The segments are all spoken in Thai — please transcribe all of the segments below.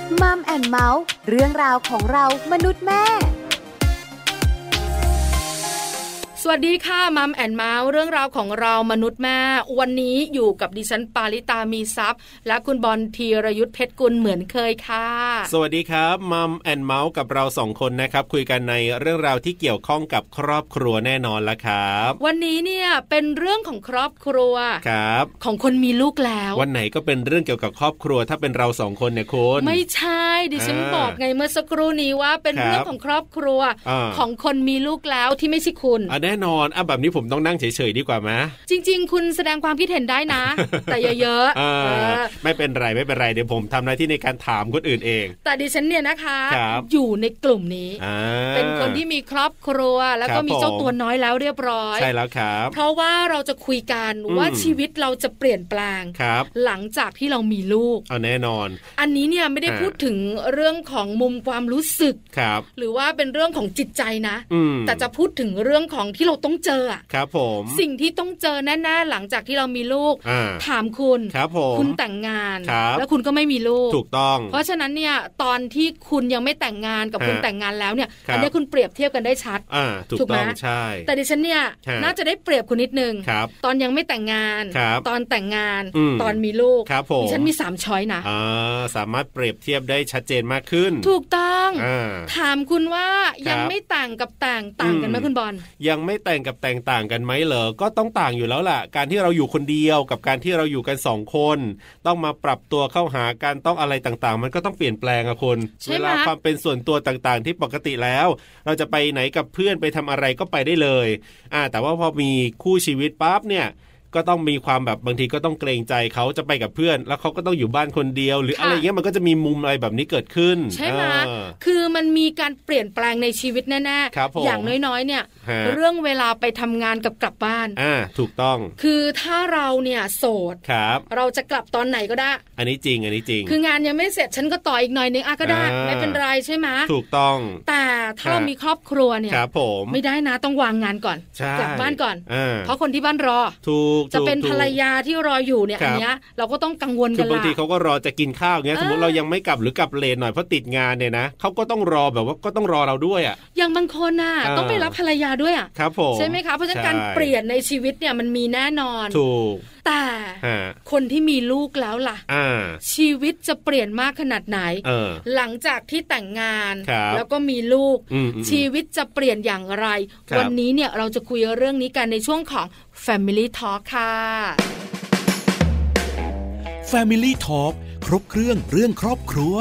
มัมแอนด์เมาส์เรื่องราวของเรามนุษย์แม่สวัสดีค่ะมัมแอนเมาส์เรื่องราวของเรามนุษย์แม่วันนี้อยู่กับดิฉันปาริตามีทรัพย์และคุณบอลธีรยุทธเพชรกุลเหมือนเคยค่ะสวัสดีครับมัมแอนเมาส์กับเรา2คนนะครับคุยกันในเรื่องราวที่เกี่ยวข้องกับครอบครัวแน่นอนละครับวันนี้เนี่ยเป็นเรื่องของครอบครัวครับของคนมีลูกแล้ววันไหนก็เป็นเรื่องเกี่ยวกับครอบครัวถ้าเป็นเรา2คนเนี่ยคุณไม่ใช่ดิฉันบอกไงเมื่อสักครู่นี้ว่าเป็นเรื่องของครอบครัวของคนมีลูกแล้วที่ไม่ใช่คุณแน่นอนแบบนี้ผมต้องนั่งเฉยๆดีกว่าไหมจริงๆคุณแสดงความคิดเห็นได้นะแต่เยอะๆไม่เป็นไรเดี๋ยวผมทำหน้าที่ในการถามคนอื่นเองแต่ดิฉันเนี่ยนะคะอยู่ในกลุ่มนี้เป็นคนที่มีครอบครัวแล้วก็มีเจ้าตัวน้อยแล้วเรียบร้อยใช่แล้วครับเพราะว่าเราจะคุยกันว่าชีวิตเราจะเปลี่ยนแปลงหลังจากที่เรามีลูกแน่นอนอันนี้เนี่ยไม่ได้พูดถึงเรื่องของมุมความรู้สึกหรือว่าเป็นเรื่องของจิตใจนะแต่จะพูดถึงเรื่องของที่เราต้องเจอครับผมสิ่งที่ต้องเจอแน่ๆหลังจากที่เรามีลูกถามคุณคุณแต่งงานแล้วคุณก็ไม่มีลูกถูกต้องเพราะฉะนั้นเนี่ยตอนที่คุณยังไม่แต่งงานกับคุณแต่งงานแล้วเนี่ยอันนี้คุณเปรียบเทียบกันได้ชัดถูกต้องใช่แต่ดิฉันเนี่ยน่าจะได้เปรียบคุณนิดนึงตอนยังไม่แต่งงานตอนแต่งงานตอนมีลูกดิฉันมี3ช้อยนะสามารถเปรียบเทียบได้ชัดเจนมากขึ้นถูกต้องถามคุณว่ายังไม่แต่งกับแต่งต่างกันไหมคุณบอลยังไม่แต่งกับแต่งต่างกันไหมเหรอก็ต้องต่างอยู่แล้วล่ะการที่เราอยู่คนเดียวกับการที่เราอยู่กัน2คนต้องมาปรับตัวเข้าหากันต้องอะไรต่างๆมันก็ต้องเปลี่ยนแปลงอะคุณเวลาความเป็นส่วนตัวต่างๆที่ปกติแล้วเราจะไปไหนกับเพื่อนไปทำอะไรก็ไปได้เลยแต่ว่าพอมีคู่ชีวิตปั๊บเนี่ยก็ต้องมีความแบบบางทีก็ต้องเกรงใจเขาจะไปกับเพื่อนแล้วเขาก็ต้องอยู่บ้านคนเดียวหรืออะไรเงี้ยมันก็จะมีมุมอะไรแบบนี้เกิดขึ้นใช่ไหมคือมันมีการเปลี่ยนแปลงในชีวิตแน่ๆอย่างน้อยๆเนี่ยเรื่องเวลาไปทำงานกับกลับบ้านถูกต้องคือถ้าเราเนี่ยโสดเราจะกลับตอนไหนก็ได้อันนี้จริงคืองานยังไม่เสร็จฉันก็ต่ออีกหน่อยนึงก็ได้ไม่เป็นไรใช่ไหมถูกต้องแต่ถ้าเรามีครอบครัวเนี่ยไม่ได้นะต้องวางงานก่อนกลับบ้านก่อนเพราะคนที่บ้านรอถูกจะเป็นภรรยาที่รออยู่เนี่ยอันเนี้ยเราก็ต้องกังวลกันละคือบางทีเขาก็รอจะกินข้าวเงี้ยสมมติเรายังไม่กลับหรือกลับเลทหน่อยเพราะติดงานเนี่ยนะเขาก็ต้องรอแบบว่าก็ต้องรอเราด้วยอย่างบางคนน่ะต้องไปรับภรรยาด้วยครับผมใช่ไหมคะเพราะฉะนั้นการเปลี่ยนในชีวิตเนี่ยมันมีแน่นอนถูกแต่คนที่มีลูกแล้วล่ะชีวิตจะเปลี่ยนมากขนาดไหนหลังจากที่แต่งงานแล้วก็มีลูกชีวิตจะเปลี่ยนอย่างไรวันนี้เนี่ยเราจะคุยเรื่องนี้กันในช่วงของ Family Talk ค่ะ Family Talk ครบเครื่องครอบครัว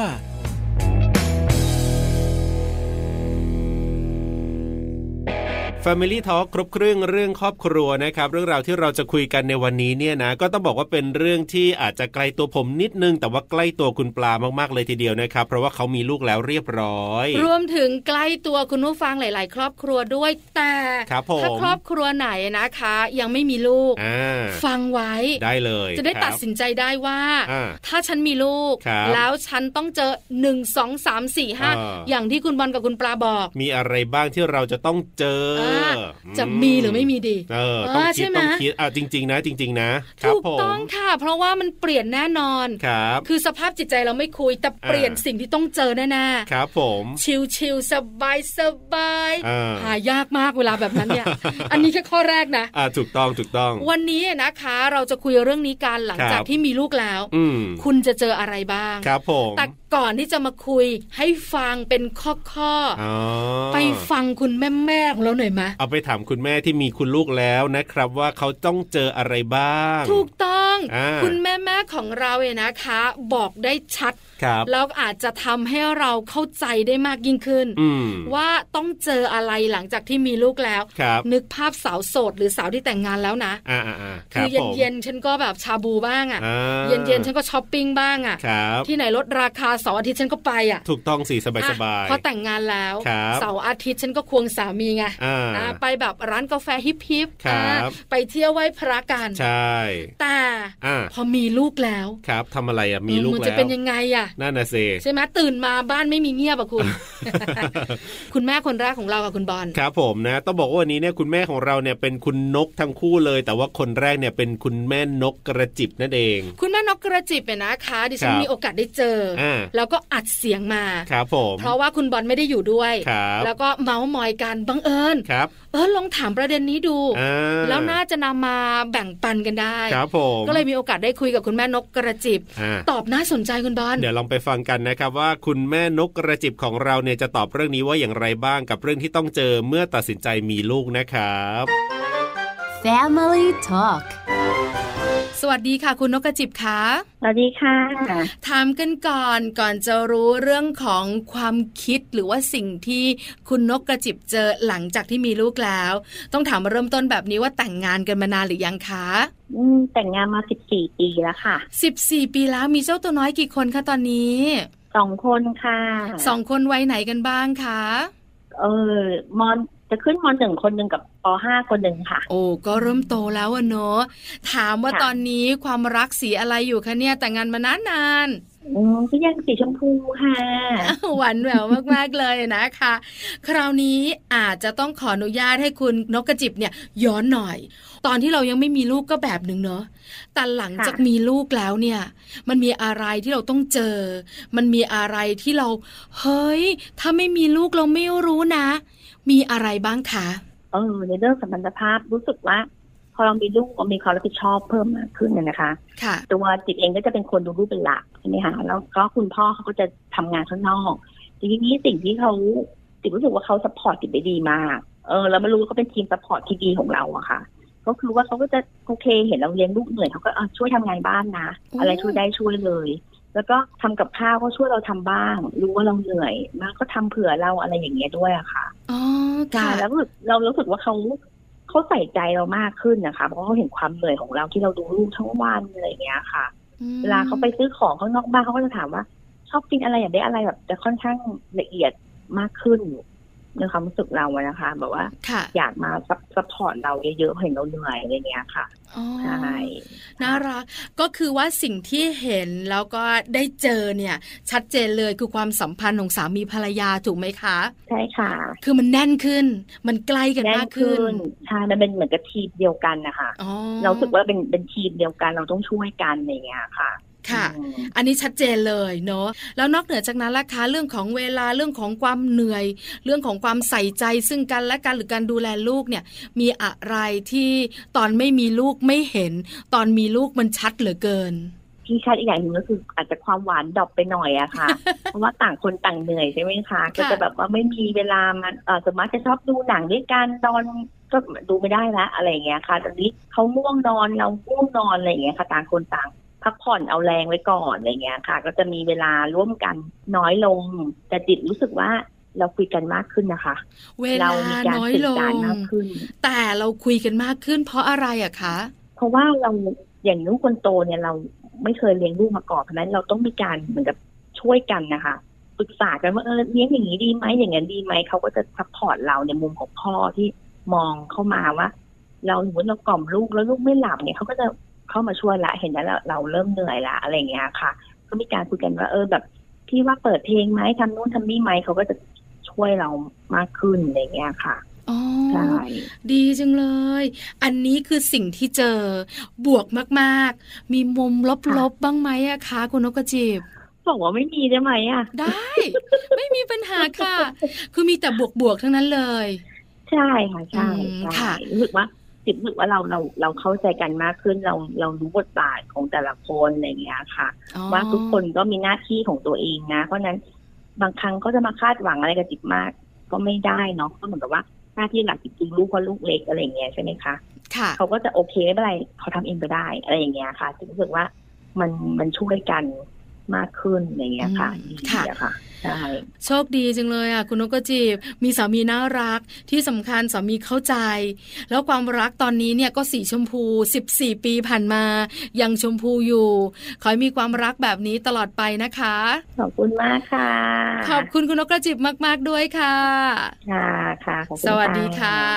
Family Talk ครบเครื่องครอบครัวนะครับเรื่องราวที่เราจะคุยกันในวันนี้เนี่ยนะก็ต้องบอกว่าเป็นเรื่องที่อาจจะไกลตัวผมนิดนึงแต่ว่าใกล้ตัวคุณปลามากๆเลยทีเดียวนะครับเพราะว่าเขามีลูกแล้วเรียบร้อยรวมถึงใกล้ตัวคุณผู้ฟังหลายๆครอบครัวด้วยแต่ถ้าครอบครัวไหนนะคะยังไม่มีลูกฟังไว้ได้เลยจะได้ตัดสินใจได้ว่าถ้าฉันมีลูกแล้วฉันต้องเจอ1 2 3 4 5อย่างที่คุณบอลกับคุณปลาบอกมีอะไรบ้างที่เราจะต้องเจอจะมีหรือไม่มีดีต้องคิดจริงๆนะถูกต้องค่ะเพราะว่ามันเปลี่ยนแน่นอนคือสภาพจิตใจเราไม่คุยแต่เปลี่ยนสิ่งที่ต้องเจอแน่ๆครับผมชิลๆสบายหายากมากเวลาแบบนั้นเนี่ย อันนี้แค่ข้อแรกนะถูกต้องวันนี้นะคะเราจะคุยเรื่องนี้กันหลังจากที่มีลูกแล้วคุณจะเจออะไรบ้างครับผมแต่ก่อนที่จะมาคุยให้ฟังเป็นข้อไปฟังคุณแม่ของเราหน่อยไหมเอาไปถามคุณแม่ที่มีคุณลูกแล้วนะครับว่าเขาต้องเจออะไรบ้างถูกต้องคุณแม่ของเราเนี่ยนะคะบอกได้ชัดแล้วอาจจะทำให้เราเข้าใจได้มากยิ่งขึ้นว่าต้องเจออะไรหลังจากที่มีลูกแล้วนึกภาพสาวโสดหรือสาวที่แต่งงานแล้วนะคือเย็นๆฉันก็แบบชาบูบ้างเย็นๆฉันก็ช้อปปิ้งบ้างที่ไหนลดราคาเสาร์อาทิตย์ฉันก็ไปถูกต้องสิสบายๆพอแต่งงานแล้วเสาร์อาทิตย์ฉันก็ควงสามีไงไปแบบร้านกาแฟฮิปไปเที่ยวไหว้พระกันใช่แต่พอมีลูกแล้วครับทำอะไรมีลูกแล้วมันจะเป็นยังไงนั่นน่ะสิใช่ไหมตื่นมาบ้านไม่มีเงียบคุณคุณแม่คนแรกของเรากับคุณบอลครับผมนะต้องบอกว่าวันนี้เนี่ยคุณแม่ของเราเนี่ยเป็นคุณนกทั้งคู่เลยแต่ว่าคนแรกเนี่ยเป็นคุณแม่นกกระจิบนั่นเองคุณแม่นกกระจิบเนี่ยนะคะดิฉันมีโอกาสได้เจอแล้วก็อัดเสียงมาครับผมเพราะว่าคุณบอลไม่ได้อยู่ด้วยแล้วก็เมาส์มอยกันบังเอิญลองถามประเด็นนี้ดูแล้วน่าจะนำมาแบ่งปันกันได้ก็เลยมีโอกาสได้คุยกับคุณแม่นกกระจิบตอบน่าสนใจคุณบอลเดี๋ยวลองไปฟังกันนะครับว่าคุณแม่นกกระจิบของเราเนี่ยจะตอบเรื่องนี้ว่าอย่างไรบ้างกับเรื่องที่ต้องเจอเมื่อตัดสินใจมีลูกนะครับ Family Talk สวัสดีค่ะคุณนกกระจิบค่ะสวัสดีค่ะถามกันก่อนจะรู้เรื่องของความคิดหรือว่าสิ่งที่คุณนกกระจิบเจอหลังจากที่มีลูกแล้วต้องถามเริ่มต้นแบบนี้ว่าแต่งงานกันมานานหรือยังคะแต่งงานมา14 ปีแล้วค่ะ 14 ปีแล้วมีเจ้าตัวน้อยกี่คนคะตอนนี้ 2 คนค่ะ 2 คนวัยไหนกันบ้างคะมอนจะขึ้นม.1 คนนึงกับป.5 คนนึงค่ะโอ้ก็เริ่มโตแล้วอะเนาะถามว่าตอนนี้ความรักสีอะไรอยู่คะเนี่ยแต่งงานมานานก็ยังสีชมพูค่ะหวานแหววมากๆเลยนะคะคราวนี้อาจจะต้องขออนุญาตให้คุณนกกระจิบเนี่ยย้อนหน่อยตอนที่เรายังไม่มีลูกก็แบบนึงเนาะแต่หลังจากมีลูกแล้วเนี่ยมันมีอะไรที่เราต้องเจอมันมีอะไรที่เราเฮ้ยถ้าไม่มีลูกเราไม่รู้นะมีอะไรบ้างคะในเรื่องสัมพันธภาพรู้สึกว่าพอเรามีลูกก็มีความรับผิดชอบเพิ่มมากขึ้นนะคะตัวจิตเองก็จะเป็นคนดูลูกเป็นหลักใช่ไหมคะแล้วก็คุณพ่อเขาก็จะทำงานข้างนอกทีนี้สิ่งที่เขาจิตรู้สึกว่าเขาซัพพอร์ตจิตได้ดีมากแล้วไม่รู้เขาเป็นทีมซัพพอร์ตที่ดีของเราอะค่ะก็คือว่าเขาก็จะโอเคเห็นเราเลี้ยงลูกเหนื่อยเขาก็ช่วยทำงานบ้านนะอะไรช่วยได้ช่วยเลยแล้วก็ทำกับข้าวก็ช่วยเราทำบ้างรู้ว่าเราเหนื่อยแล้วก็ทำเผื่อเราอะไรอย่างเงี้ยด้วยอะค่ะแล้วเรารู้สึกว่าเขาใส่ใจเรามากขึ้นนะคะเพราะเขาเห็นความเหนื่อยของเราที่เราดูลูกทั้งวันอะไรอย่างเงี้ยค่ะเวลาเขาไปซื้อของข้างนอกบ้านเขาก็จะถามว่าชอบกินอะไรอยากได้อะไรแบบจะค่อนข้างละเอียดมากขึ้นในความรู้สึกเราอะนะคะแบบว่าอยากมาซัพพอร์ตเราเยอะๆเห็นเราเหนื่อยอะไรเงี้ยค่ะใช่น่ารักก็คือว่าสิ่งที่เห็นแล้วก็ได้เจอเนี่ยชัดเจนเลยคือความสัมพันธ์ของสามีภรรยาถูกไหมคะใช่ค่ะคือมันแน่นขึ้นมันใกล้กันมากขึ้นใช่มันเป็นเหมือนกับทีมเดียวกันนะคะเราสึกว่าเป็นทีมเดียวกันเราต้องช่วยกันอย่างเงี้ยค่ะค่ะอันนี้ชัดเจนเลยเนาะแล้วนอกเหนือจากนั้นล่ะคะเรื่องของเวลาเรื่องของความเหนื่อยเรื่องของความใส่ใจซึ่งกันและกันหรือการดูแลลูกเนี่ยมีอะไรที่ตอนไม่มีลูกไม่เห็นตอนมีลูกมันชัดเหลือเกินที่ชัดอีกอย่างหนึ่งก็คืออาจจะความหวานดรอปไปหน่อยอะค่ะ เพราะว่าต่างคนต่างเหนื่อยใช่ไหมคะก็จะแบบว่าไม่มีเวลามันสมมติจะชอบดูหนังด้วยกันนอนก็ดูไม่ได้ละอะไรอย่างเงี้ยค่ะตอนนี้เขาง่วงนอนเราง่วงนอนอะไรอย่างเงี้ยค่ะต่างคนต่างพักผ่อนเอาแรงไว้ก่อนอะไรเงี้ยค่ะก็จะมีเวลาร่วมกันน้อยลงแต่จิตรู้สึกว่าเราคุยกันมากขึ้นนะคะเวลาน้อยลงแต่เราคุยกันมากขึ้นเพราะอะไรอะคะเพราะว่าเราอย่างลูกคนโตเนี่ยเราไม่เคยเลี้ยงลูกมาก่อนเพราะนั้นเราต้องมีการเหมือนกับช่วยกันนะคะปรึกษากันว่าเลี้ยงอย่างนี้ดีไหมอย่างนั้นดีไหมเขาก็จะซัพพอร์ตเราในมุมของพ่อที่มองเข้ามาว่าเราสมมติเรากล่อมลูกแล้วลูกไม่หลับเนี่ยเขาก็จะเข้ามาช่วยละเห็นแล้วเราเริ่มเหนื่อยละอะไรเงี้ยค่ะก็มีการคุยกันว่าแบบพี่ว่าเปิดเพลงไหมทำนู่นทำนี่ไหมเขาก็จะช่วยเรามากขึ้นอะไรเงี้ยค่ะใช่ดีจังเลยอันนี้คือสิ่งที่เจอบวกมากๆมีมุมลบๆบ้างไหมอะคะคุณนกกระจิบบอกว่าไม่มีได้ไหมอะได้ไม่มีปัญหาค่ะคือมีแต่บวกๆทั้งนั้นเลยใช่ค่ะใช่รู้สึกว่าเราเข้าใจกันมากขึ้นเรารู้บทบาทของแต่ละคนอะไรอย่างเงี้ยค่ะว่าทุกคนก็มีหน้าที่ของตัวเองนะเพราะนั้นบางครั้งก็จะมาคาดหวังอะไรกับจิตมากก็ไม่ได้เนาะก็เหมือนกับว่าหน้าที่หลักจิตคือลูกเพราะลูกเล็กอะไรอย่างเงี้ยใช่ไหมคะเขาก็จะโอเคไม่เป็นไรเขาทำเองไปได้อะไรอย่างเงี้ยค่ะรู้สึกว่ามันช่วยกันมากขึ้นอย่างเงี้ยค่ะค่ะใช่โชคดีจังเลยอ่ะคุณนกกระจิบมีสามีน่ารักที่สำคัญสามีเข้าใจแล้วความรักตอนนี้เนี่ยก็สีชมพู14 ปีผ่านมายังชมพูอยู่ขอให้มีความรักแบบนี้ตลอดไปนะคะขอบคุณมากค่ะขอบคุณคุณนกกระจิบมากๆด้วยค่ะค่ะขอบคุณสวัสดีค่ะ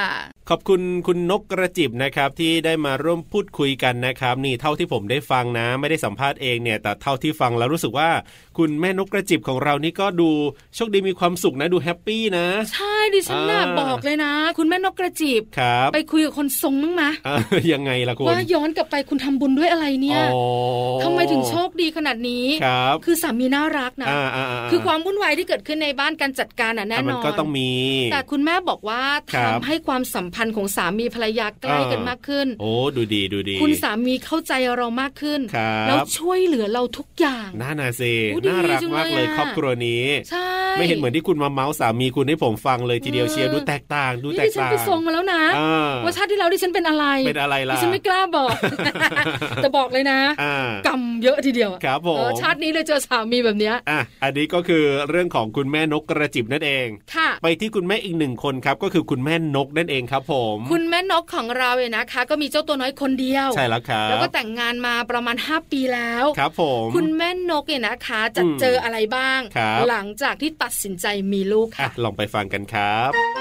ขอบคุณคุณนกกระจิบนะครับที่ได้มาร่วมพูดคุยกันนะครับนี่เท่าที่ผมได้ฟังนะไม่ได้สัมภาษณ์เองเนี่ยแต่เท่าที่ฟังแล้วรู้สึกว่าคุณแม่นกกระจิบของเรานี่ก็ดูโชคดีมีความสุขนะดูแฮปปี้นะใช่ดิฉันน่ะบอกเลยนะคุณแม่นกกระจิบไปคุยกับคนทรงมั้งมะยังไงล่ะคุณว่าย้อนกลับไปคุณทำบุญด้วยอะไรเนี่ยทำไมถึงโชคดีขนาดนี้คือสามีน่ารักนะคือความวุ่นวายที่เกิดขึ้นในบ้านการจัดการแน่นอนมันก็ต้องมีแต่คุณแม่บอกว่าทำให้ความสัมพันธ์ของสามีภรรยาใกล้กันมากขึ้นโอ้ดูดีดูดีคุณสามีเข้าใจเรามากขึ้นแล้วช่วยเหลือเราทุกอย่างน่าสิน่ารักมากเลยครอบครัวนี้ไม่เห็นเหมือนที่คุณมาเมาส์สามีคุณให้ผมฟังเลยทีเดียวเชียร์ดูแตกต่างดูแตกต่างดิฉันไปส่งมาแล้วนะว่าชาติที่แล้วดิฉันเป็นอะไรล่ะดิฉันไม่กล้าบอกแต่บอกเลยนะกรรมเยอะทีเดียวครับผมชาตินี้เลยเจอสามีแบบนี้อันนี้ก็คือเรื่องของคุณแม่นกกระจิบนั่นเองไปที่คุณแม่อีกหนึ่งคนครับก็คือคุณแม่นกนั่นเองครับผมคุณแม่นกของเราเนี่ยนะคะก็มีเจ้าตัวน้อยคนเดียวใช่แล้วครับแล้วก็แต่งงานมาประมาณ5ปีแล้วครับผมคุณแม่นกเนี่ยนะคะจะเจออะไรบ้างหลังจากที่ตัดสินใจมีลูกค่ะลองไปฟังกันครับ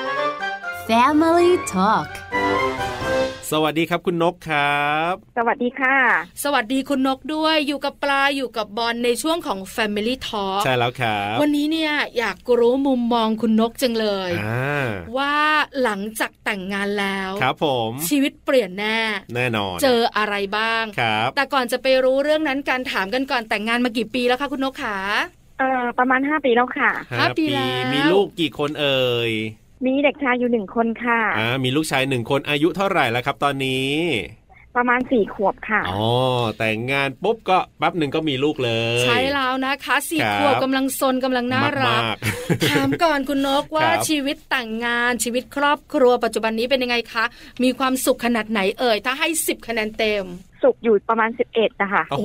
Family Talk สวัสดีครับคุณนกครับสวัสดีค่ะสวัสดีคุณนกด้วยอยู่กับปลาอยู่กับบอลในช่วงของ Family Talk ใช่แล้วครับวันนี้เนี่ยอยากรู้มุมมองคุณนกจังเลยว่าหลังจากแต่งงานแล้วครับผมชีวิตเปลี่ยนแน่นอนเจออะไรบ้างครับแต่ก่อนจะไปรู้เรื่องนั้นการถามกันก่อนแต่งงานมากี่ปีแล้วคะคุณนกขาประมาณ5ปีแล้วค่ะ 5ปีแล้วมีลูกกี่คนเอ่ยมีเด็กชายอยู่1คนค่ะมีลูกชาย1คนอายุเท่าไหร่แล้วครับตอนนี้ประมาณ4 ขวบค่ะแต่งงานปุ๊บก็แป๊บนึงก็มีลูกเลยใช่แล้วนะคะ4 ขวบกำลังซนกำลังน่ารักถามก่อนคุณนกว่าชีวิตแต่งงานชีวิตครอบครัวปัจจุบันนี้เป็นยังไงคะมีความสุขขนาดไหนเอ่ยถ้าให้10 คะแนนเต็มสุขอยู่ประมาณ11นะคะโอ้โห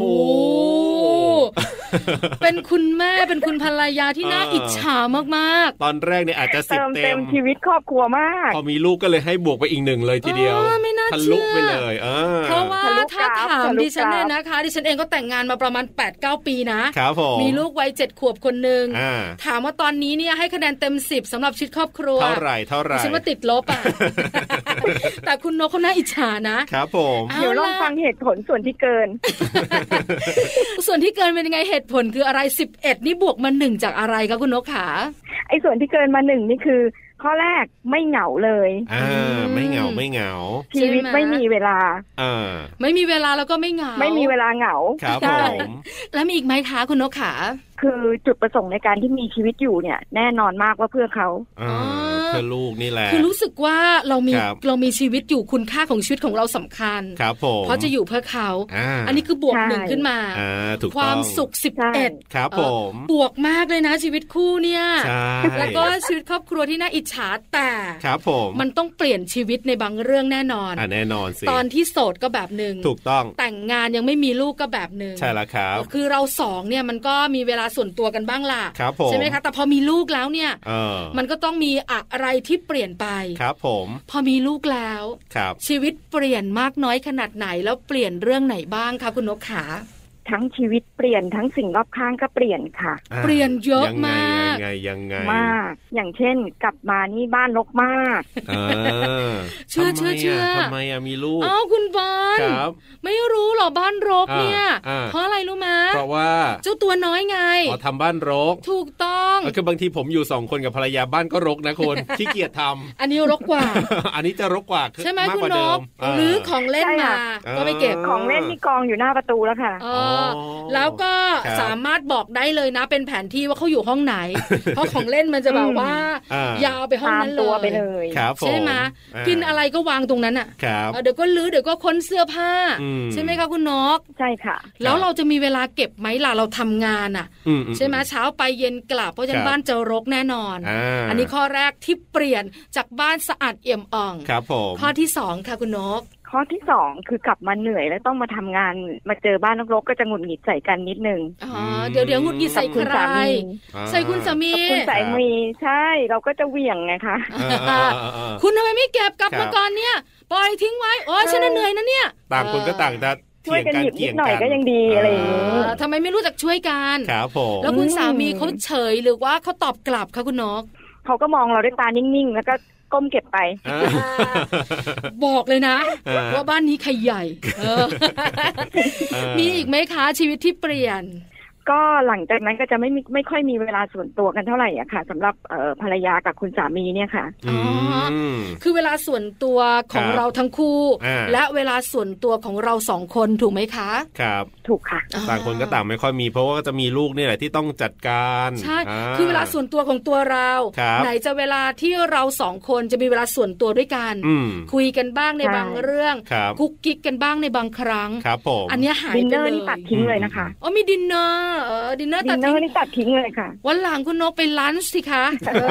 เป็นคุณแม่เป็นคุณภรรยาที่น่าอิจฉามากๆตอนแรกเนี่ยอาจจะ10เต็มชีวิตครอบครัวมากพอมีลูกก็เลยให้บวกไปอีก1เลยทีเดียวทะลุไปเลยเพราะว่าถ้าถามดิฉันเนี่ยนะคะดิฉันเองก็แต่งงานมาประมาณ 8-9 ปีนะครับผมมีลูกวัย7 ขวบคนนึงถามว่าตอนนี้เนี่ยให้คะแนนเต็ม10สำหรับชีวิตครอบครัวเท่าไหร่ดิฉันว่าติดลบอ่ะ แต่คุณนกเขาน่าอิจฉานะครับผมเดี๋ยวลองฟังเหตุผลส่วนที่เกินส่วนที่เกินเป็นยังไงเหตุผลคืออะไร11นี่บวกมา1จากอะไรคะคุณนกขาไอ้ส่วนที่เกินมา1นี่คือข้อแรกไม่เหงาเลยไม่เหงาชีวิตไม่มีเวลาไม่มีเวลาแล้วก็ไม่เหงาไม่มีเวลาเหงาครับผมแล้วมีอีกไหมคะคุณนกขาคือจุดประสงค์ในการที่มีชีวิตอยู่เนี่ยแน่นอนมากว่าเพื่อเขาเพื่อลูกนี่แหละคือรู้สึกว่าเรามีชีวิตอยู่คุณค่าของชีวิตของเราสำคัญครับผมเพราะจะอยู่เพื่อเขาอันนี้คือบวก1ขึ้นมาความสุข11 ครับผมบวกมากเลยนะชีวิตคู่เนี่ยแล้วก็ชีวิตครอบครัวที่น่าอิจฉาแต่ครับผมมันต้องเปลี่ยนชีวิตในบางเรื่องแน่นอนแน่นอนสิตอนที่โสดก็แบบนึงถูกต้องแต่งงานยังไม่มีลูกก็แบบนึงใช่แล้วครับคือเรา2เนี่ยมันก็มีเวลาส่วนตัวกันบ้างล่ะใช่ไหมคะแต่พอมีลูกแล้วเนี่ยมันก็ต้องมีอะไรที่เปลี่ยนไปครับผมพอมีลูกแล้วชีวิตเปลี่ยนมากน้อยขนาดไหนแล้วเปลี่ยนเรื่องไหนบ้างคะคุณนกขาทั้งชีวิตเปลี่ยนทั้งสิ่งรอบข้างก็เปลี่ยนค่ะเปลี่ยนเยอะมากยังไงมากอย่างเช่นกลับมานี่บ้านรกมากเชื่อทำไมมีลูกคุณบอลไม่รู้หรอบ้านรกเนี่ยเพราะอะไรรู้ไหมเพราะว่าเจ้าตัวน้อยไงทำบ้านรกถูกต้องคือบางทีผมอยู่2คนกับภรรยาบ้านก็รกนะคนขี้เกียจทำอันนี้รกกว่าอันนี้จะรกกว่าใช่ไหมคุณนกหรือของเล่นมาก็ไม่เก็บของเล่นที่กองอยู่หน้าประตูแล้วค่ะแล้วก็สามารถบอกได้เลยนะเป็นแผนที่ว่าเขาอยู่ห้องไหนเพราะของเล่นมันจะแบบว่ายาวไปห้องนั้นเลยใช่ไหมกินอะไรก็วางตรงนั้นอ่ะเดี๋ยวก็ลื้อเดี๋ยวก็ค้นเสื้อผ้าใช่ไหมคะคุณนกใช่ค่ะแล้วเราจะมีเวลาเก็บไหมล่ะเราทำงานอ่ะใช่ไหมเช้าไปเย็นกลับเพราะฉะนั้นบ้านจะรกแน่นอนอันนี้ข้อแรกที่เปลี่ยนจากบ้านสะอาดเอี่ยมอ่องข้อที่2ค่ะคุณนกข้อที่2คือกลับมาเหนื่อยแล้วต้องมาทำงานมาเจอบ้านรกๆก็จะหงุดหงิดใส่กันนิดนึงเดี๋ยวหงุดหงิดใส่ใครใส่คุณสามีคุณสามีใช่เราก็จะเหวี่ยงไงคะคุณทำไมไม่เก็บกลับมาก่อนเนี่ยปล่อยทิ้งไว้โอ้ยฉันเหนื่อยนะเนี่ยต่างคนก็ต่างจะช่วยกันหยิบนิดหน่อยก็ยังดีอะไรอย่างนี้ทำไมไม่รู้จักช่วยกันครับผมแล้วคุณสามีเขาเฉยหรือว่าเขาตอบกลับคะคุณนกเขาก็มองเราด้วยตานิ่งๆแล้วก็ก้มเก็บไปบอกเลยนะว่าบ้านนี้ใครใหญ่มีอีกไหมคะชีวิตที่เปลี่ยนก็หลังจากนั้นก็จะไม่ค่อยมีเวลาส่วนตัวกันเท่าไหร่อะค่ะสำหรับภรรยากับคุณสามีเนี่ยค่ะคือเวลาส่วนตัวของเราทั้งคู่และเวลาส่วนตัวของเรา2 คนถูกไหมคะครับถูกค่ะต่างคนก็ต่างไม่ค่อยมีเพราะว่าจะมีลูกนี่แหละที่ต้องจัดการใช่คือเวลาส่วนตัวของตัวเราไหนจะเวลาที่เรา2 คนจะมีเวลาส่วนตัวด้วยกันคุยกันบ้างในบางเรื่องกุ๊กกิ๊กกันบ้างในบางครั้งครับผมอันนี้หายไปเลยดินเนอร์นี่ตัดทิ้งเลยนะคะมีดินเนอร์ดินเนอร์ตัดทิ้งเลยค่ะวันหลังคุณนกไปลันช์สิคะ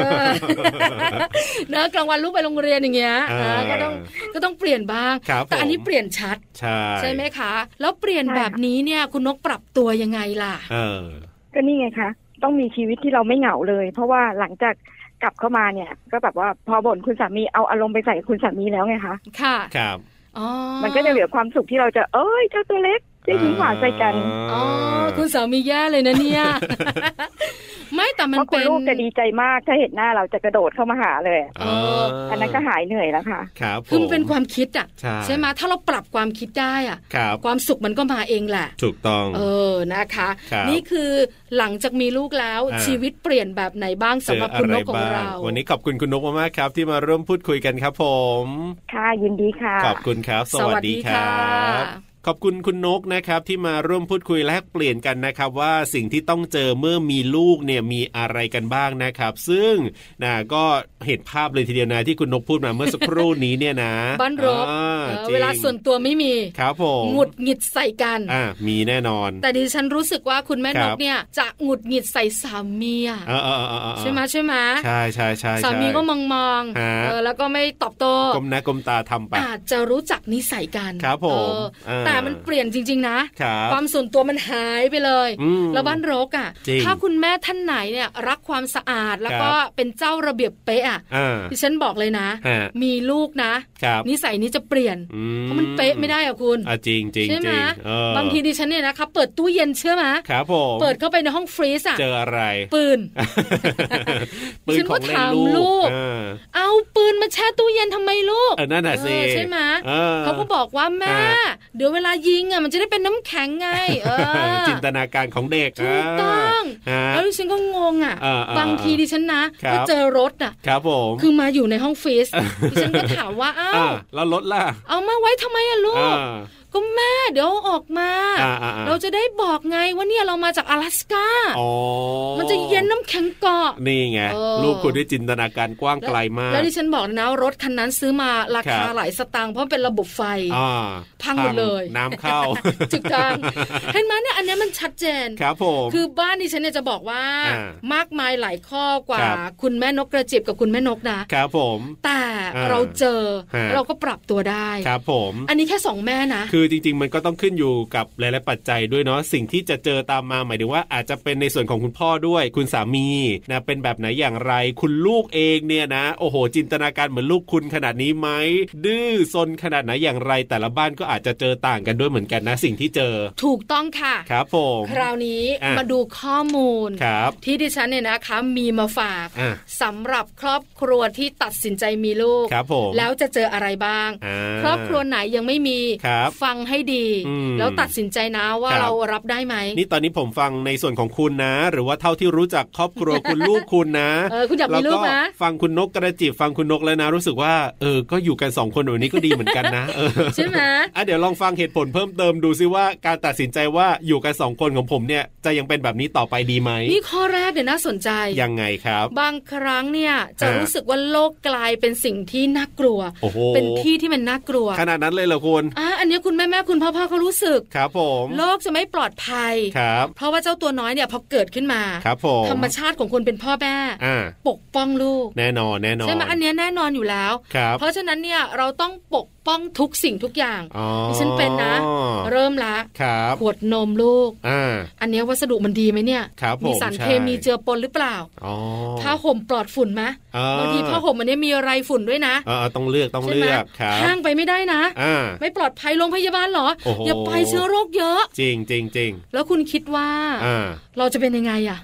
เนอะกลางวันลูกไปโรงเรียนอย่างเงี้ยก็ต้องเปลี่ยนบ้างแต่อันนี้เปลี่ยนชัดใช่ไหมคะแล้วเปลี่ยนแบบนี้เนี่ยคุณนกปรับตัวยังไงล่ะก็นี่ไงคะต้องมีชีวิตที่เราไม่เหงาเลยเพราะว่าหลังจากกลับเข้ามาเนี่ยก็แบบว่าพอบ่นคุณสามีเอาอารมณ์ไปใส่คุณสามีแล้วไงคะค่ะครับมันก็จะเหลือความสุขที่เราจะเจ้าตัวเล็กได้ยิ้มหวานใส่กันคุณสามีแย่เลยนะเนี่ยไม่แต่มันเป็นคุณลูกจะดีใจมากถ้าเห็นหน้าเราจะกระโดดเข้ามาหาเลยอันนั้นก็หายเหนื่อยแล้วค่ะคือมันเป็นความคิดอ่ะใช่ไหมถ้าเราปรับความคิดได้อ่ะความสุขมันก็มาเองแหละถูกต้องนะคะนี่คือหลังจากมีลูกแล้วชีวิตเปลี่ยนแบบไหนบ้างสำหรับคุณนกของเราวันนี้ขอบคุณคุณนกมากๆครับที่มาร่วมพูดคุยกันครับผมค่ะยินดีค่ะขอบคุณครับสวัสดีครับขอบคุณคุณนกนะครับที่มาร่วมพูดคุยแลกเปลี่ยนกันนะครับว่าสิ่งที่ต้องเจอเมื่อมีลูกเนี่ยมีอะไรกันบ้างนะครับซึ่งก็เห็นภาพเลยทีเดียวนะที่คุณนกพูดมาเมื่อสักครู่นี้เนี่ยนะบ้านรกเวลาส่วนตัวไม่มีครับผมหงุดหงิดใส่กันมีแน่นอนแต่ดิฉันรู้สึกว่าคุณแม่นกเนี่ยจะหงุดหงิดใส่สามีใช่ไหมใช่สามีก็มองแล้วก็ไม่ตอบโต้ก้มหน้าก้มตาทำไปอาจจะรู้จักนิสัยกันครับผมแต่มันเปลี่ยนจริงๆนะความส่วนตัวมันหายไปเลยแล้วบ้านรกอ่ะถ้าคุณแม่ท่านไหนเนี่ยรักความสะอาดแล้วก็เป็นเจ้าระเบียบเป๊ะอ่ะดิฉันบอกเลยนะมีลูกนะนิสัยนี้จะเปลี่ยนเพราะมันเป๊ะไม่ได้อ่ะคุณจริงๆใช่ไหมบางทีดิฉันเนี่ยนะคะเปิดตู้เย็นเชื่อไหมครับผมเปิดเข้าไปในห้องฟรีซอ่ะเจออะไรปืนฉันก็ถามลูกเอาปืนมาแช่ตู้เย็นทำไมลูกนั่นน่ะสิใช่ไหมเขาก็บอกว่าแม่เดี๋ยวเวลายิงอ่ะมันจะได้เป็นน้ำแข็งไงจินตนาการของเด็กถูกต้องแล้วดิฉันก็งงอ่ะบางทีดิฉันนะก็เจอรถอ่ะครับผมคือมาอยู่ในห้องฟรีซดิฉันก็ถามว่าอ้าวแล้วรถล่ะเอามาไว้ทำไมอ่ะลูกก็แม่เดี๋ยวออกมาเราจะได้บอกไงว่าเนี่ยเรามาจาก阿拉斯ก้ามันจะเย็นน้ำแข็งเกาะนี่ไงลูกคุณได้จินตนาการกว้างไกลมากแล้วดิฉันบอกนะรถคันนั้นซื้อมาราคาหลายสตางค์เพราะเป็นระบบไฟพังหมดเลยน้ำเข้าจุดกลางเห็นไหมเนี่ยอันนี้มันชัดเจนครับผมคือบ้านดิฉันเนี่ยจะบอกว่ามากมายหลายข้อกว่าคุณแม่นกกระจิบกับคุณแม่นกนะครับผมแต่เราเจอเราก็ปรับตัวได้ครับผมอันนี้แค่2แม่นะคือจริงๆมันก็ต้องขึ้นอยู่กับหลายๆปัจจัยด้วยเนาะสิ่งที่จะเจอตามมาหมายถึงว่าอาจจะเป็นในส่วนของคุณพ่อด้วยคุณสามีนะเป็นแบบไหนอย่างไรคุณลูกเองเนี่ยนะโอ้โหจินตนาการเหมือนลูกคุณขนาดนี้ไหมดื้อซนขนาดไหนอย่างไรแต่ละบ้านก็อาจจะเจอต่างกันด้วยเหมือนกันนะสิ่งที่เจอถูกต้องค่ะครับผมคราวนี้มาดูข้อมูลที่ดิฉันเนี่ยนะคะมีมาฝากสำหรับครอบครัวที่ตัดสินใจมีลูกแล้วจะเจออะไรบ้างครอบครัวไหนยังไม่มีฟังให้ดีแล้วตัดสินใจนะว่าเรารับได้ไหมนี่ตอนนี้ผมฟังในส่วนของคุณนะหรือว่าเท่าที่รู้จักครอบครัวคุณลูกคุณนะคุณอยากมีลูกนะฟังคุณนกกระจิบฟังคุณนกแล้วนะรู้สึกว่าก็อยู่กัน2คนแบบนี้ก็ดีเหมือนกันนะใช่ไหมเดี๋ยวลองฟังเหตุผลเพิ่มเติมดูซิว่าการตัดสินใจว่าอยู่กัน2คนของผมเนี่ยจะยังเป็นแบบนี้ต่อไปดีไหมนี่ข้อแรกเนี่ยน่าสนใจยังไงครับบางครั้งเนี่ยจะรู้สึกว่าโลกกลายเป็นสิ่งที่น่ากลัวเป็นที่ที่มันน่ากลัวขนาดนั้นเลยเหรอคุณอันนี้คุณแม่คุณพ่อเขารู้สึกครับผมโลกจะไม่ปลอดภัยครับเพราะว่าเจ้าตัวน้อยเนี่ยพอเกิดขึ้นมาครับผมธรรมชาติของคนเป็นพ่อแม่ปกป้องลูกแน่นอนใช่ไหมอันนี้แน่นอนอยู่แล้วเพราะฉะนั้นเนี่ยเราต้องปกป้องทุกสิ่งทุกอย่างดิฉันเป็นนะเริ่มละขวดนมลูกอันนี้วัสดุมันดีไหมเนี่ยมีสารเคมีเจือปนหรือเปล่าผ้าห่มปลอดฝุ่นไหมบางทีผ้าห่มอันนี้มีไรฝุ่นด้วยนะต้องเลือกห้างไปไม่ได้นะไม่ปลอดภัยโรงพยาบาลหรออย่าไปเชื้อโรคเยอะจริงแล้วคุณคิดว่าเราจะเป็นยังไงเข้าใจ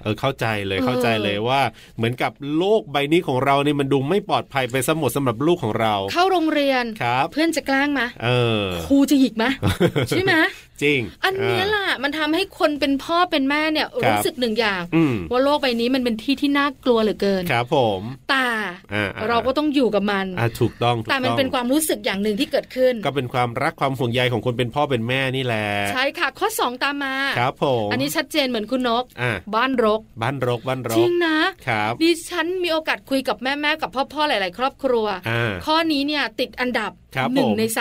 เลยว่าเหมือนกับโลกใบนี้ของเราเนี่ยมันดูไม่ปลอดภัยไปซะหมดสำหรับลูกของเราเข้าโรงเรียนเพื่อนจะแกล้งมั้ยครูจะหยิกมั้ยใช่มั้ยจริงอันนี้ล่ะมันทำให้คนเป็นพ่อเป็นแม่เนี่ยรู้สึกหนึ่งอย่างว่าโลกใบนี้มันเป็นที่ที่น่ากลัวเหลือเกินครับผมแต่เราก็ต้องอยู่กับมันถูกต้องแต่มันเป็นความรู้สึกอย่างหนึ่งที่เกิดขึ้นก็เป็นความรักความห่วงใยของคนเป็นพ่อเป็นแม่นี่แหละใช่ค่ะข้อ2ตามมาครับผมอันนี้ชัดเจนเหมือนคุณนกบ้านรกจริงนะครับดิฉันมีโอกาสคุยกับแม่ๆกับพ่อๆหลายๆครอบครัวข้อนี้เนี่ยติดอันดับ1 ใน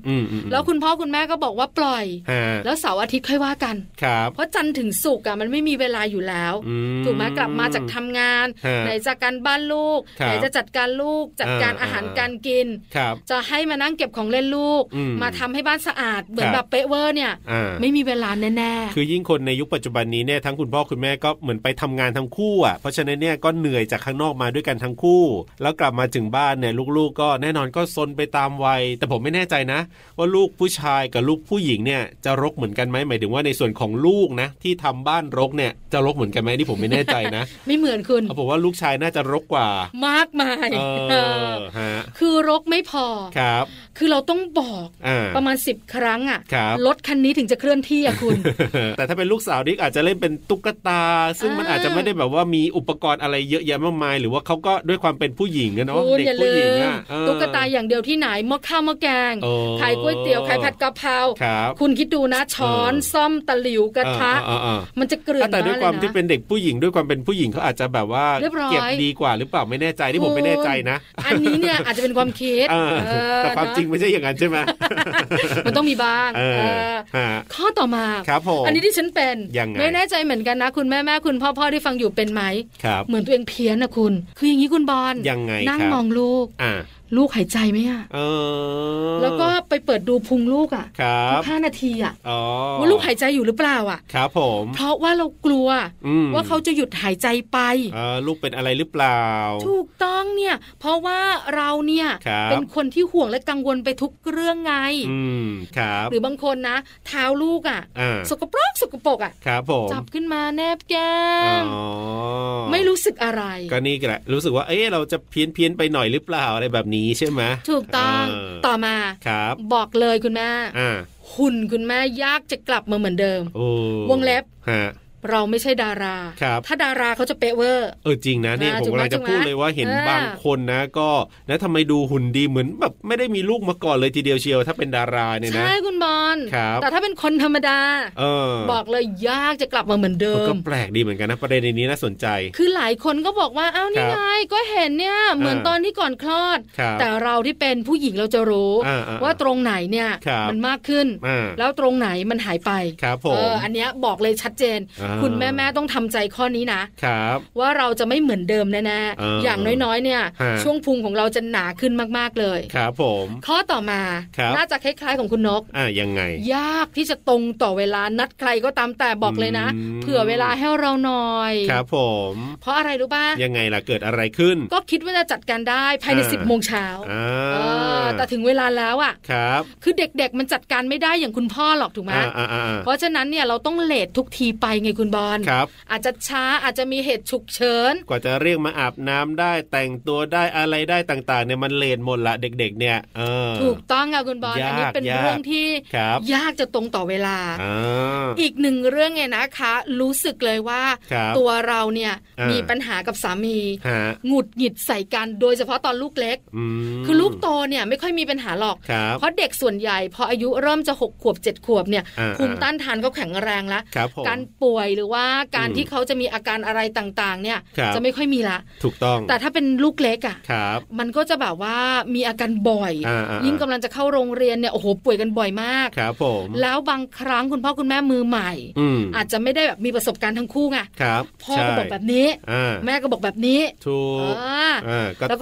3แล้วคุณพ่อคุณแม่ก็บอกว่าปล่อยแล้วเสาร์อาทิตย์ค่อยว่ากันเพราะจันทร์ถึงศุกร์มันไม่มีเวลาอยู่แล้วถูกไหมกลับมาจากทำงานไหนจะการบ้านลูกไหนจะจัดการลูกจัดการอาหารการกินจะให้มานั่งเก็บของเล่นลูกมาทำให้บ้านสะอาดเหมือนแบบเป๊ะเวอร์เนี่ยไม่มีเวลาแน่ๆคือยิ่งคนในยุคปัจจุบันนี้เนี่ยทั้งคุณพ่อคุณแม่ก็เหมือนไปทำงานทั้งคู่อ่ะเพราะฉะนั้นเนี่ยก็เหนื่อยจากข้างนอกมาด้วยกันทั้งคู่แล้วกลับมาถึงบ้านเนี่ยลูกๆก็แน่นอนก็ซนไปตามวัยแต่ผมไม่แน่ใจนะว่าลูกผู้ชายกับลูกผู้หญิงเนี่ยจะรกเหมือนกันไหมหมายถึงว่าในส่วนของลูกนะที่ทำบ้านรกเนี่ยจะรกเหมือนกันไหมที่ผมไม่แน่ใจนะไม่เหมือนคุณผมว่าลูกชายน่าจะรกกว่ามากมายคือรกไม่พอครับคือเราต้องบอกประมาณ10ครั้งอ่ะรถคันนี้ถึงจะเคลื่อนที่อ่ะคุณแต่ถ้าเป็นลูกสาวนี่อาจจะเล่นเป็นตุ๊กตาซึ่งมันอาจจะไม่ได้แบบว่ามีอุปกรณ์อะไรเยอะแยะมากมายหรือว่าเขาก็ด้วยความเป็นผู้หญิงเนาะเด็กผู้หญิงอ่ะตุ๊กตาอย่างเดียวที่ไหนหม้อข้าวหม้อแกงขายก๋วยเตี๋ยวขายผัดกะเพราคุณคิดดูนะช้อนซ่อมตะหลิวกระทะมันจะเกลื่อนแต่ด้วยความที่เป็นเด็กผู้หญิงด้วยความเป็นผู้หญิงเขาอาจจะแบบว่าเก็บดีกว่าหรือเปล่าไม่แน่ใจที่ผมไม่แน่ใจนะอันนี้เนี่ยอาจจะเป็นความคิดแต่ความจริงไม่ใช่อย่างนั้นใช่ไหมมันต้องมีบ้างข้อต่อมาอันนี้ที่ฉันเป็นไม่แน่ใจเหมือนกันนะคุณแม่คุณพ่อที่ฟังอยู่เป็นไหมเหมือนตัวเองเพี้ยนนะคุณคืออย่างนี้คุณบอลนั่งมองลูกลูกหายใจไหมอ่ะแล้วก็ไปเปิดดูพุงลูกอ่ะทุก5 นาทีอ่ะว่าลูกหายใจอยู่หรือเปล่าอ่ะครับผมเพราะว่าเรากลัวว่าเขาจะหยุดหายใจไปลูกเป็นอะไรหรือเปล่าถูกต้องเนี่ยเพราะว่าเราเนี่ยเป็นคนที่ห่วงและกังวลไปทุกเรื่องไงหรือบางคนนะเท้าลูกอ่ะสกปรกอ่ะจับขึ้นมาแนบแก้มไม่รู้สึกอะไรก็นี่แหละรู้สึกว่าเราจะเพี้ยนไปหน่อยหรือเปล่าอะไรแบบนี้ใช่ไหมถูกต้องต่อมาบอกเลยคุณแม่หุ่นคุณแม่ยากจะกลับมาเหมือนเดิมวงเล็บเราไม่ใช่ดาราถ้าดาราเขาจะเป๊ะเวอร์จริงนะนี่ผมกำลังจะพูดเลยว่าเห็นบางคนนะก็นะทำไมดูหุ่นดีเหมือนแบบไม่ได้มีลูกมาก่อนเลยทีเดียวเชียวถ้าเป็นดาราเนี่ยนะใช่คุณบอลแต่ถ้าเป็นคนธรรมดาบอกเลยยากจะกลับมาเหมือนเดิมก็แปลกดีเหมือนกันนะประเด็นนี้น่าสนใจคือหลายคนก็บอกว่านี่ไงก็เห็นเนี่ยเหมือนตอนที่ก่อนคลอดแต่เราที่เป็นผู้หญิงเราจะรู้ว่าตรงไหนเนี่ยมันมากขึ้นแล้วตรงไหนมันหายไปอันนี้บอกเลยชัดเจนคุณแม่ต้องทำใจข้อนี้นะครับว่าเราจะไม่เหมือนเดิมแน่ๆอย่างน้อยๆเนี่ยช่วงพุงของเราจะหนาขึ้นมากๆเลยครับผมข้อต่อมาน่าจะคล้ายๆของคุณนกยังไงยากที่จะตรงต่อเวลานัดใครก็ตามแต่บอกเลยนะเผื่อเวลาให้เราหน่อยครับผมเพราะอะไรรู้ป่ะยังไงล่ะเกิดอะไรขึ้นก็คิดว่าจะจัดการได้ภายใน10 โมงเช้าแต่ถึงเวลาแล้วอ่ะคือเด็กๆมันจัดการไม่ได้อย่างคุณพ่อหรอกถูกไหมเพราะฉะนั้นเนี่ยเราต้องเลททุกทีไปไงคุณบอลอาจจะช้าอาจจะมีเหตุฉุกเฉินกว่าจะเรียกมาอาบน้ำได้แต่งตัวได้อะไรได้ต่างๆเนี่ยมันเลทหมดละเด็กๆเนี่ยถูกต้องค่ะคุณบอลอันนี้เป็นเรื่องที่ยากจะตรงต่อเวลาอีกหนึ่งเรื่องไงนะคะรู้สึกเลยว่าตัวเราเนี่ยมีปัญหากับสามีหงุดหงิดใส่กันโดยเฉพาะตอนลูกเล็กคือลูกโตเนี่ยไม่ค่อยมีปัญหาหรอกเพราะเด็กส่วนใหญ่พออายุเริ่มจะ6 ขวบ 7 ขวบเนี่ยภูมิต้านทานเขาแข็งแรงแล้วการป่วยหรือว่าการที่เขาจะมีอาการอะไรต่างๆเนี่ยจะไม่ค่อยมีละถูกต้องแต่ถ้าเป็นลูกเล็กอ่ะมันก็จะแบบว่ามีอาการบ่อยยิ่งกำลังจะเข้าโรงเรียนเนี่ยโอ้โหป่วยกันบ่อยมากครับผมแล้วบางครั้งคุณพ่อคุณแม่มือใหม่อาจจะไม่ได้แบบมีประสบการณ์ทั้งคู่ไงพ่อก็บอกแบบนี้แม่ก็บอกแบบนี้ถูกแล้วก็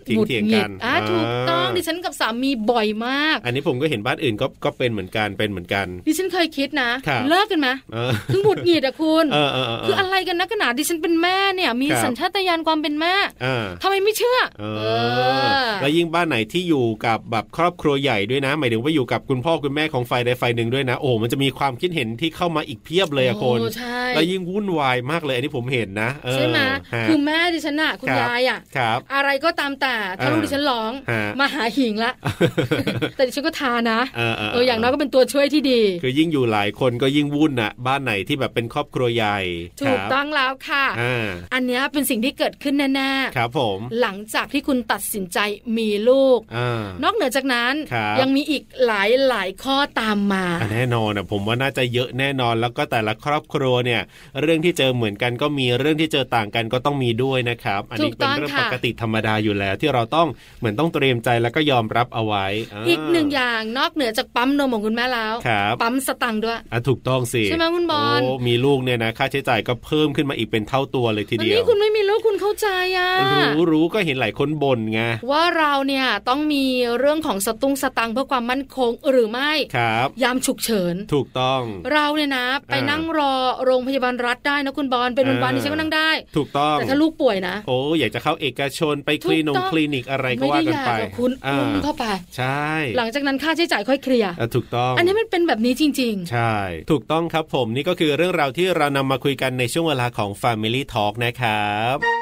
เถียงกันถูกต้องดิฉันกับสามีบ่อยมากอันนี้ผมก็เห็นบ้านอื่นก็เป็นเหมือนกันดิฉันเคยคิดนะเลิกกันไหมคือหงุดหงิดอะคุณคืออะไรกันนะขนาดดิฉันเป็นแม่เนี่ยมีสัญชาตญาณความเป็นแม่ทำไมไม่เชื่อแล้วยิ่งบ้านไหนที่อยู่กับแบบครอบครัวใหญ่ด้วยนะหมายถึงว่าอยู่กับคุณพ่อคุณแม่ของฝ่ายใดฝ่ายหนึ่งด้วยนะโอ้มันจะมีความคิดเห็นที่เข้ามาอีกเพียบเลยอะคนแล้วยิ่งวุ่นวายมากเลยอันนี้ผมเห็นนะใช่ไหมคือแม่ดิฉันอะคุณยายอะอะไรก็ตามแต่ถ้าลูกดิฉันร้องมาหาหิงละแต่ดิฉันก็ทานะอย่างน้อยก็เป็นตัวช่วยที่ดีคือยิ่งอยู่หลายคนก็ยิ่งวุ่นอะบ้านไหนที่แบบเป็นครอบครัวใหญ่ถูกต้องแล้วค่ะอันนี้เป็นสิ่งที่เกิดขึ้นแน่ๆครับผมหลังจากที่คุณตัดสินใจมีลูกนอกเหนือจากนั้นยังมีอีกหลายข้อตามมาแน่นอนนะผมว่าน่าจะเยอะแน่นอนแล้วก็แต่ละครอบครัวเนี่ยเรื่องที่เจอเหมือนกันก็มีเรื่องที่เจอต่างกันก็ต้องมีด้วยนะครับอันนี้เป็นเรื่องปกติธรรมดาอยู่แล้วที่เราต้องเหมือนต้องเตรียมใจแล้วก็ยอมรับเอาไว้อีกหนึ่งอย่างนอกเหนือจากปั๊มนมของคุณแม่แล้วปั๊มสตังค์ด้วยถูกต้องสิใช่ไหมคุณบอลมีลูกเนี่ยนะค่าใช้จ่ายก็เพิ่มขึ้นมาอีกเป็นเท่าตัวเลยทีเดียวนี่คุณไม่มีลูกคุณเข้าใจรู้ก็เห็นหลายคนบ่นไงว่าเราเนี่ยต้องมีเรื่องของสตุ้งสตังค์เพื่อความมั่นคงหรือไม่ครับยามฉุกเฉินถูกต้องเราเนี่ยนะไปนั่งรอโรงพยาบาลรัฐได้นะคุณบอลเป็นวันๆนี่ฉันก็นั่งได้ถูกต้องแต่ถ้าลูกป่วยนะโอ้อยากจะเข้าเอกชนไปคลินิกอะไรก็ว่ากันไปคุณเข้าไปใช่หลังจากนั้นค่าใช้จ่ายค่อยเคลียร์ถูกต้องอันนี้มันเป็นแบบนี้จริงๆใช่ถูกต้องครับผมนี่ก็คือเรื่องราวที่เรานำมาคุยกันในช่วงเวลาของ Family Talk นะครับ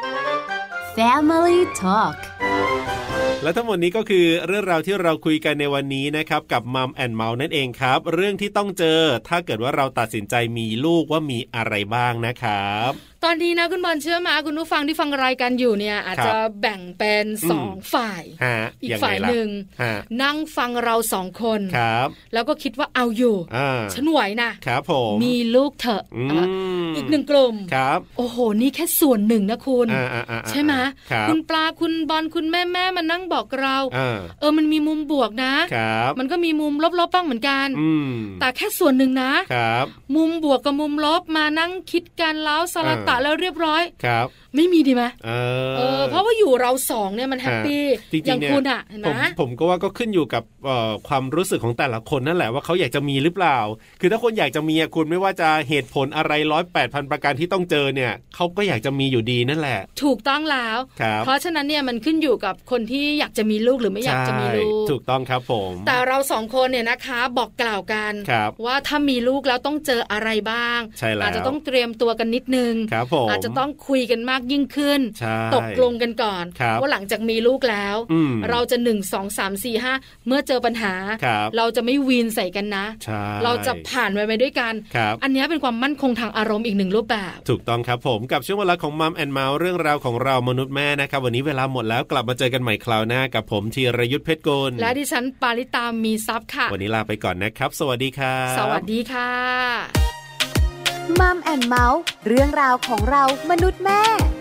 Family Talk และทั้งหมดนี้ก็คือเรื่องราวที่เราคุยกันในวันนี้นะครับกับมัมแอนด์เมาส์นั่นเองครับเรื่องที่ต้องเจอถ้าเกิดว่าเราตัดสินใจมีลูกว่ามีอะไรบ้างนะครับตอนนี้นะคุณบอลเชื่อมาคุณผู้ฟังที่ฟังรายการอยู่เนี่ยอาจจะแบ่งเป็น2ฝ่ายอีกฝ่ายหนึ่งนั่งฟังเรา2คนแล้วก็คิดว่าเอาอยู่ฉันไหวนะครับผมมีลูกเถอะอีกหนึ่งกลุ่มโอ้โหนี่แค่ส่วนหนึ่งนะคุณใช่ไหมคุณปลาคุณบอลคุณแม่มานั่งบอกเรามันมีมุมบวกนะมันก็มีมุมลบๆบ้างเหมือนกันแต่แค่ส่วนหนึ่งนะมุมบวกกับมุมลบมานั่งคิดกันแล้วสลัดตะแล้วเรียบร้อยครับไม่มีดีไหมเพราะว่าอยู่เรา2เนี่ยมันแฮปปี้อย่างคุณอ่ะเห็นไหมผมก็ว่าก็ขึ้นอยู่กับความรู้สึกของแต่ละคนนั่นแหละว่าเขาอยากจะมีหรือเปล่าคือถ้าคนอยากจะมีคุณไม่ว่าจะเหตุผลอะไร108,000ประการที่ต้องเจอเนี่ยเขาก็อยากจะมีอยู่ดีนั่นแหละถูกต้องแล้วเพราะฉะนั้นเนี่ยมันขึ้นอยู่กับคนที่อยากจะมีลูกหรือไม่อยากจะมีลูกถูกต้องครับผมแต่เรา2คนเนี่ยนะคะบอกกล่าวกันว่าถ้ามีลูกแล้วต้องเจออะไรบ้างอาจจะต้องเตรียมตัวกันนิดนึงอาจจะต้องคุยกันมากยิ่งขึ้นตกลงกันก่อนว่าหลังจากมีลูกแล้วเราจะ1 2 3 4 5เมื่อเจอปัญหาเราจะไม่วีนใส่กันนะเราจะผ่านไปด้วยกันอันนี้เป็นความมั่นคงทางอารมณ์อีกหนึ่งรูปแบบถูกต้องครับผมกับช่วงเวลาของมัมแอนด์เมาส์เรื่องราวของเรามนุษย์แม่นะครับวันนี้เวลาหมดแล้วกลับมาเจอกันใหม่คราวหน้ากับผมธีรยุทธเพชรกุลและดิฉันปาริตามีทรัพย์ค่ะวันนี้ลาไปก่อนนะครับสวัสดีครับสวัสดีค่ะมัมแอนด์เมาส์เรื่องราวของเรามนุษย์แม่